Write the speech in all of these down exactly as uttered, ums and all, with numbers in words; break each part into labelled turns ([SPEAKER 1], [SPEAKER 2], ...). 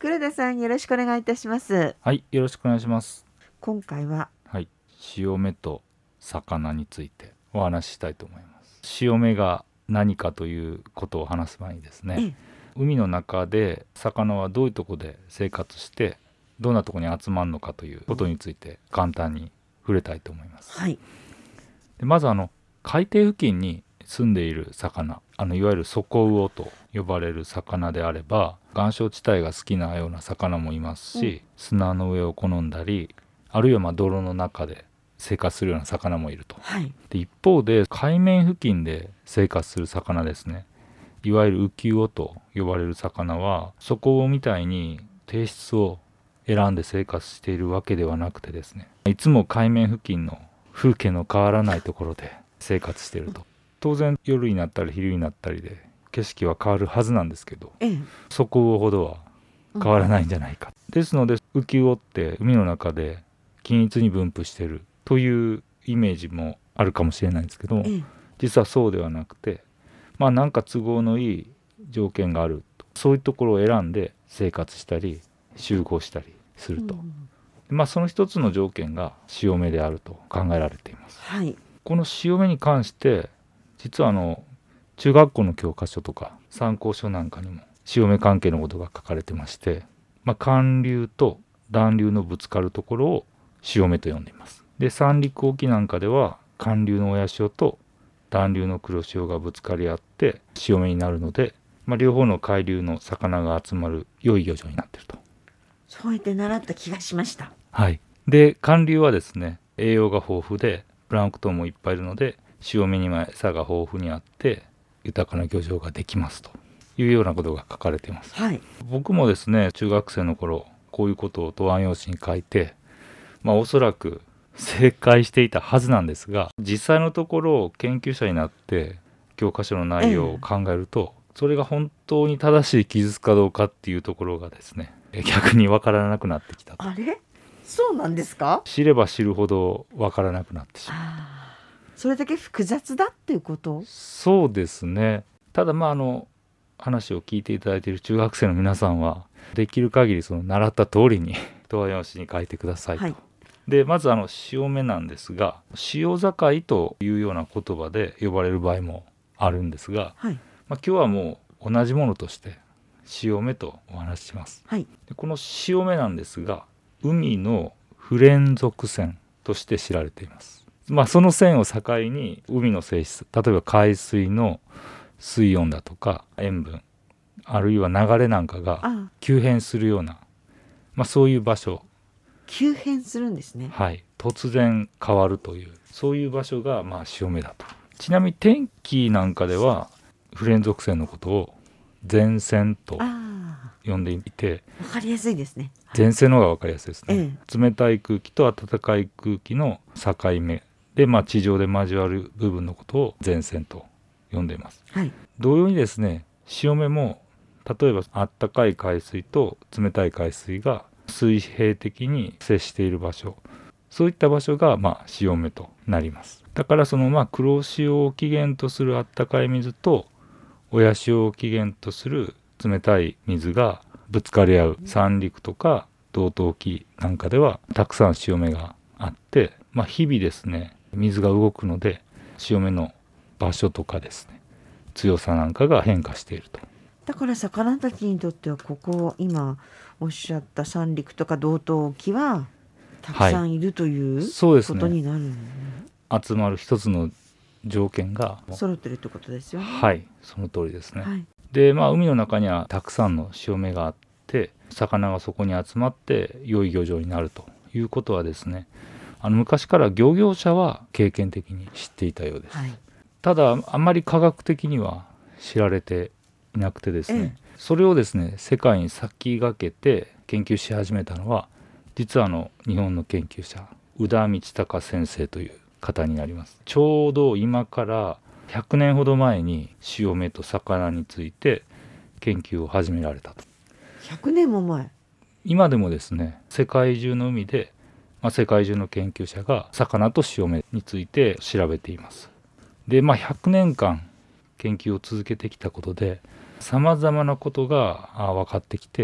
[SPEAKER 1] 黒田さん、よろしくお願いいたします。
[SPEAKER 2] はい、よろしくお願いします。
[SPEAKER 1] 今回は、
[SPEAKER 2] はい、潮目と魚についてお話ししたいと思います。潮目が何かということを話す前にですね、海の中で魚はどういうところで生活してどんなところに集まるのかということについて簡単に触れたいと思います。
[SPEAKER 1] はい、
[SPEAKER 2] でまずあの海底付近に住んでいる魚、あのいわゆる底魚と呼ばれる魚であれば、岩礁地帯が好きなような魚もいますし、うん、砂の上を好んだり、あるいはまあ泥の中で生活するような魚もいると、
[SPEAKER 1] はい、
[SPEAKER 2] で一方で海面付近で生活する魚ですね、いわゆる浮き魚と呼ばれる魚は底魚みたいに低質を選んで生活しているわけではなくてですね、いつも海面付近の風景の変わらないところで生活していると。当然夜になったり昼になったりで景色は変わるはずなんですけど、
[SPEAKER 1] ええ、
[SPEAKER 2] 底魚ほどは変わらないんじゃないか、うん、ですので浮き魚って海の中で均一に分布しているというイメージもあるかもしれないんですけども、ええ、実はそうではなくて、まあなんか都合のいい条件があると、そういうところを選んで生活したり集合したりすると、うん、まあその一つの条件が潮目であると考えられています。
[SPEAKER 1] はい、
[SPEAKER 2] この潮目に関して実はあの中学校の教科書とか参考書なんかにも潮目関係のことが書かれてまして、まあ、寒流と暖流のぶつかるところを潮目と呼んでいます。で三陸沖なんかでは寒流の親潮と暖流の黒潮がぶつかり合って潮目になるので、まあ、両方の海流の魚が集まる良い漁場になっていると。
[SPEAKER 1] そうやって習った気がしました。
[SPEAKER 2] はい。で寒流はですね、栄養が豊富でプランクトンもいっぱいいるので潮目には餌が豊富にあって豊かな漁場ができますというようなことが書かれています。
[SPEAKER 1] はい、
[SPEAKER 2] 僕もですね中学生の頃こういうことを答案用紙に書いて、まあおそらく正解していたはずなんですが、実際のところ研究者になって教科書の内容を考えると、ええ、それが本当に正しい記述かどうかっていうところがですね逆に分からなくなってきたと。
[SPEAKER 1] あれ、そうなんですか？
[SPEAKER 2] 知れば知るほど分からなくなってしまう。
[SPEAKER 1] それだけ複雑だっていうこと？
[SPEAKER 2] そうですね。ただまああの話を聞いていただいている中学生の皆さんはできる限りその習った通りに答案用紙に書いてくださいと。はい、でまずあの潮目なんですが、潮境というような言葉で呼ばれる場合もあるんですが、はい、まあ、今日はもう同じものとして潮目とお話しします。はい、でこの潮目なんですが、海の不連続線として知られています。まあ、その線を境に海の性質、例えば海水の水温だとか塩分、あるいは流れなんかが急変するような、まあ、そういう場所。
[SPEAKER 1] 急変するんですね。
[SPEAKER 2] はい、突然変わるというそういう場所がまあ潮目だと。ちなみに天気なんかでは不連続線のことを前線と呼んでいて、
[SPEAKER 1] 分かりやすいですね。
[SPEAKER 2] 前線の方が分かりやすいですね。ええ、冷たい空気と暖かい空気の境目で、まあ、地上で交わる部分のことを前線と呼んでいます。はい、同様にですね、潮目も例えば暖かい海水と冷たい海水が水平的に接している場所、そういった場所がまあ潮目となります。だからそのまあ黒潮を起源とする暖かい水と親潮を起源とする冷たい水がぶつかり合う三陸とか道東沖なんかではたくさん潮目があって、まあ、日々ですね水が動くので潮目の場所とかですね強さなんかが変化していると。
[SPEAKER 1] だから魚たちにとってはここ今おっしゃった三陸とか道東沖はたくさんいるという、はい、ことになる、ね、
[SPEAKER 2] 集まる一つの条件が
[SPEAKER 1] 揃ってるってことですよね。
[SPEAKER 2] はい、その通りですね。
[SPEAKER 1] はい、
[SPEAKER 2] でまあ海の中にはたくさんの潮目があって魚がそこに集まって良い漁場になるということはですね、あの昔から漁業者は経験的に知っていたようです。はい、ただあんまり科学的には知られていなくてですね、ええ、それをですね世界に先駆けて研究し始めたのは実はあの日本の研究者宇田道隆先生という方になります。ちょうど今からひゃくねんほど前に潮目と魚について研究を始められたと。
[SPEAKER 1] ひゃくねんも前。
[SPEAKER 2] 今でもですね世界中の海で、まあ、世界中の研究者が魚と潮目について調べています。でまあひゃくねんかん研究を続けてきたことでさまざまなことが分かってきて、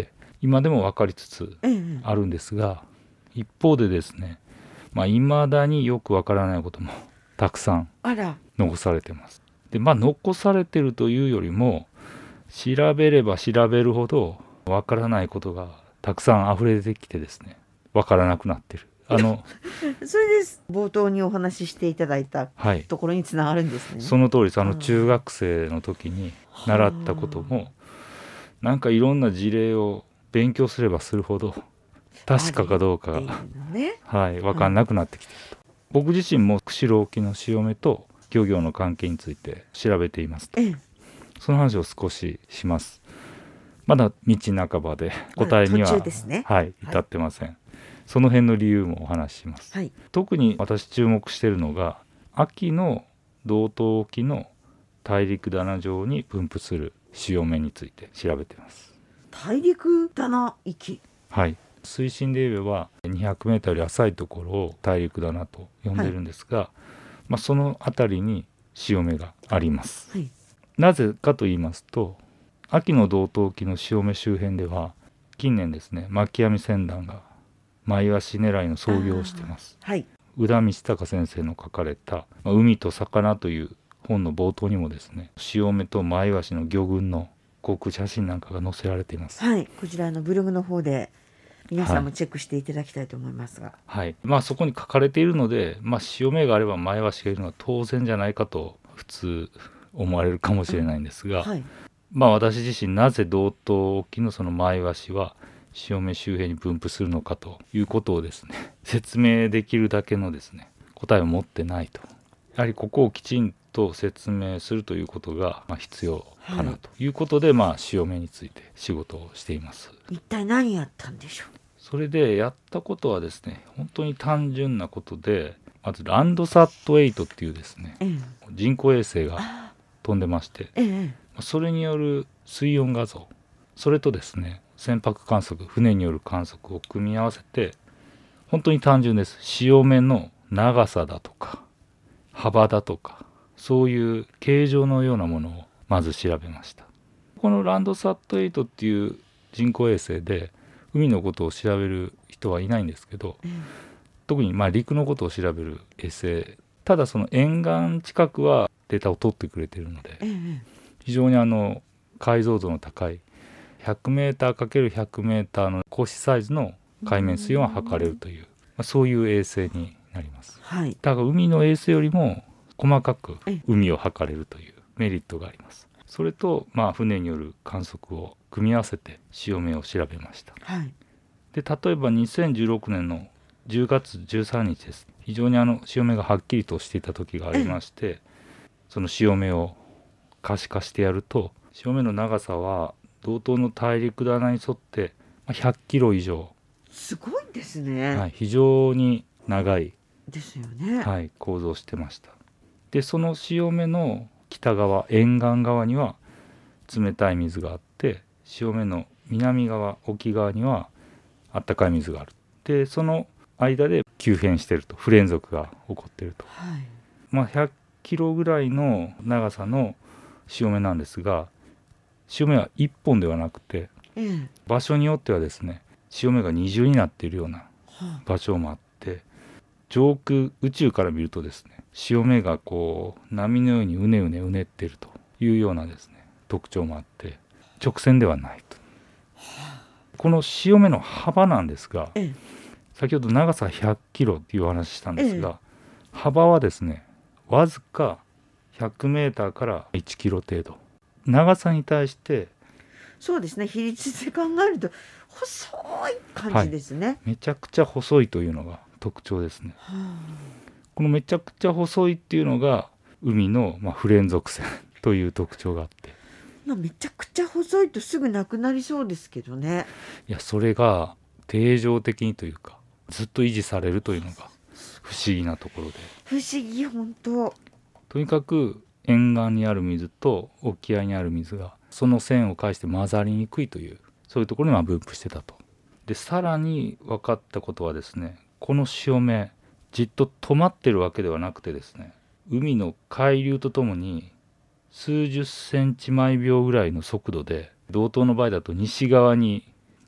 [SPEAKER 2] 今でも分かりつつあるんですが、ええ、一方でですね、まあ、未だによく分からないこともたくさん残されてます。で、まあ、残されてるというよりも調べれば調べるほど分からないことがたくさん溢れてきてですね、分からなくなってる。あの
[SPEAKER 1] それです冒頭にお話ししていただいたところにつながるんですね。
[SPEAKER 2] はい、その通りです。あの中学生の時に習ったこともなんかいろんな事例を勉強すればするほど確かかどうかが、ね、はい、分かんなくなってきていると、うん、僕自身も釧路沖の潮目と漁業の関係について調べていますと、ええ、その話を少しします。まだ道半ばで答えには、ね、はい、至ってません、はい、その辺の理由もお話しします、はい、特に私注目しているのが秋の道東沖の大陸棚上に分布する潮目について調べています。
[SPEAKER 1] 大陸棚域、
[SPEAKER 2] はい、水深で言えばにひゃくメートルより浅いところを大陸棚と呼んでるんですが、はい、まあ、その辺りに潮目があります、はい、なぜかと言いますと秋の道東沖の潮目周辺では近年ですね、巻き網船団がマイワシ狙いの操業をしています、はい、宇田道隆先生の書かれた「海と魚」という本の冒頭にもですね、潮目とマイワシの魚群の航空写真なんかが載せられています。
[SPEAKER 1] はい、こちらのブログの方で皆さんもチェックしていただきたいと思いますが、
[SPEAKER 2] はい、はい、まあ、そこに書かれているので、まあ、潮目があればマイワシがいるのは当然じゃないかと普通思われるかもしれないんですが、うん、はい、まあ、私自身なぜ道東沖のそのマイワシは潮目周辺に分布するのかということをですね説明できるだけのですね答えを持ってないと、やはりここをきちんと説明するということがまあ必要かなということで、はい、まあ潮目について仕事をしています。
[SPEAKER 1] 一体何やったんでしょう。
[SPEAKER 2] それでやったことはですね本当に単純なことで、まずランドサットエイトっていうですね、ええ、人工衛星が飛んでまして、ええ、それによる水温画像、それとですね船舶観測、船による観測を組み合わせて、本当に単純です。潮目の長さだとか幅だとかそういう形状のようなものをまず調べました。このランドサットエイトっていう人工衛星で海のことを調べる人はいないんですけど、うん、特にまあ陸のことを調べる衛星、ただその沿岸近くはデータを取ってくれているので、うん、非常にあの解像度の高い ひゃくメーターかけるひゃくメーター の格子サイズの海面水温を測れるという、まあ、そういう衛星になります、はい、だから海の衛星よりも細かく海を測れるというメリットがあります。それと、まあ、船による観測を組み合わせて潮目を調べました、はい、で例えばにせんじゅうろくねんのじゅうがつじゅうさんにちです。非常にあの潮目がはっきりとしていた時がありまして、その潮目を可視化してやると、潮目の長さは道東の大陸棚に沿ってひゃっキロ以上、
[SPEAKER 1] すごいですね、
[SPEAKER 2] はい、非常に長い
[SPEAKER 1] ですよね、
[SPEAKER 2] はい、構造してました。でその潮目の北側、沿岸側には冷たい水があって、潮目の南側、沖側にはあったかい水がある。でその間で急変していると、不連続が起こっていると、はい、まあ、ひゃっキロぐらいの長さの潮目なんですが、潮目はいっぽんではなくて、うん、場所によってはですね潮目が二重になっているような場所もあって、上空宇宙から見るとですね潮目がこう波のようにうねうねうねっているというようなですね特徴もあって、直線ではないと。この潮目の幅なんですが、うん、先ほど長さひゃっキロっていうお話したんですが、うん、幅はですねわずかひゃくメーターからいちキロ程度、長さに対して
[SPEAKER 1] そうですね、比率で考えると細い感じですね、はい、
[SPEAKER 2] めちゃくちゃ細いというのが特徴ですね、はあ、このめちゃくちゃ細いっていうのが海の、まあ、不連続線という特徴があって、
[SPEAKER 1] めちゃくちゃ細いとすぐなくなりそうですけどね。
[SPEAKER 2] いやそれが定常的にというかずっと維持されるというのが不思議なところで、
[SPEAKER 1] 不思議本当。
[SPEAKER 2] とにかく沿岸にある水と沖合にある水がその線を介して混ざりにくいという、そういうところにまあ分布してたと。でさらに分かったことはですね、この潮目じっと止まってるわけではなくてですね、海の海流とともに数十センチ毎秒ぐらいの速度で、道東の場合だと西側に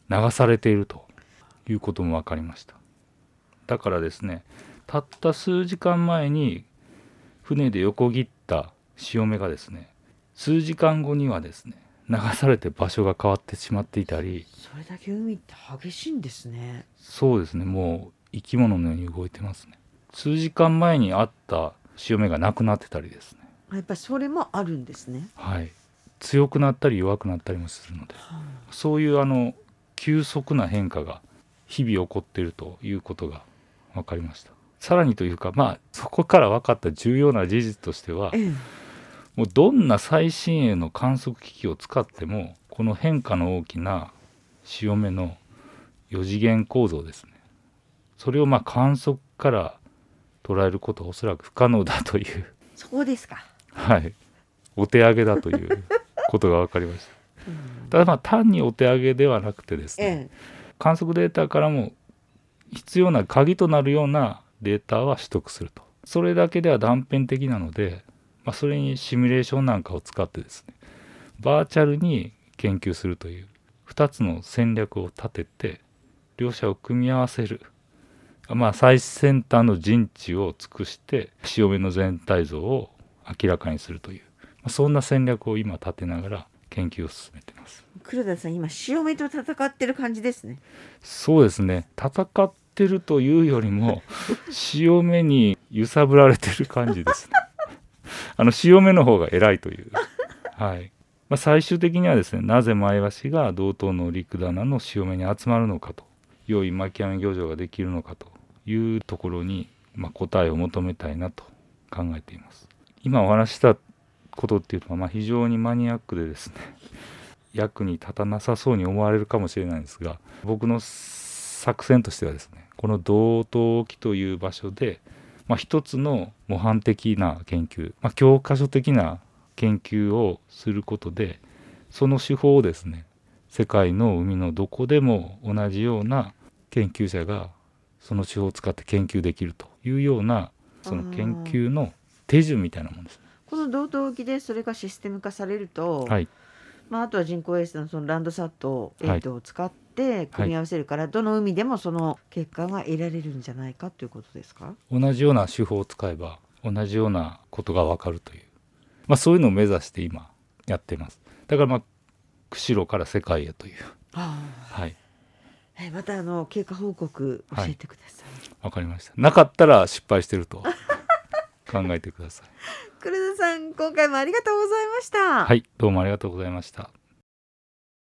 [SPEAKER 2] 流されているということも分かりました。だからですね、たった数時間前に船で横切った潮目がですね、数時間後にはですね流されて場所が変わってしまっていたり。
[SPEAKER 1] それだけ海って激しいんですね。
[SPEAKER 2] そうですね、もう生き物のように動いてますね。数時間前にあった潮目がなくなってたりですね。
[SPEAKER 1] やっぱりそれもあるんですね。
[SPEAKER 2] はい、強くなったり弱くなったりもするので、はあ、そういうあの急速な変化が日々起こっているということが分かりました。さらにというか、まあそこから分かった重要な事実としては、ええ、もうどんな最新鋭の観測機器を使ってもこの変化の大きな潮目のよ次元構造ですね、それをまあ観測から捉えることはおそらく不可能だという。
[SPEAKER 1] そうですか。
[SPEAKER 2] はい、お手上げだということが分かりました。ただまあ単にお手上げではなくてですね、ええ、観測データからも必要な鍵となるようなデータは取得すると。それだけでは断片的なので、まあ、それにシミュレーションなんかを使ってですね、バーチャルに研究するというふたつの戦略を立てて両者を組み合わせる、まあ、最先端の人知を尽くして潮目の全体像を明らかにするという、まあ、そんな戦略を今立てながら研究を進めています。
[SPEAKER 1] 黒田さん、今潮目と戦ってる感じですね。
[SPEAKER 2] そうですね、戦ってるというよりも潮目に揺さぶられてる感じですね。あの潮目の方が偉いという、はい、まあ、最終的にはですね、なぜマイワシが道東の陸棚の潮目に集まるのかと、良い巻き網漁場ができるのかというところに、まあ、答えを求めたいなと考えています。今お話したことっていうのはまあ非常にマニアックでですね、役に立たなさそうに思われるかもしれないんですが、僕の作戦としてはですね、この道東沖という場所で、まあ、一つの模範的な研究、まあ、教科書的な研究をすることで、その手法をですね、世界の海のどこでも同じような研究者がその手法を使って研究できるというような、その研究の手順みたいなものです。
[SPEAKER 1] この道東沖でそれがシステム化されると、
[SPEAKER 2] はい、
[SPEAKER 1] まあ、あとは人工衛星 の, そのランドサットエイトを使って組み合わせるから、はい、どの海でもその結果が得られるんじゃないかということですか。
[SPEAKER 2] 同じような手法を使えば同じようなことが分かるという、まあ、そういうのを目指して今やっています。だからまあ釧路から世界へという、
[SPEAKER 1] あ、
[SPEAKER 2] はい、
[SPEAKER 1] またあの経過報告教えてください。
[SPEAKER 2] わ、はい、かりました。なかったら失敗してると考えてください。
[SPEAKER 1] 黒田さん、今回もありがとうございました。
[SPEAKER 2] はい、どうもありがとうございました。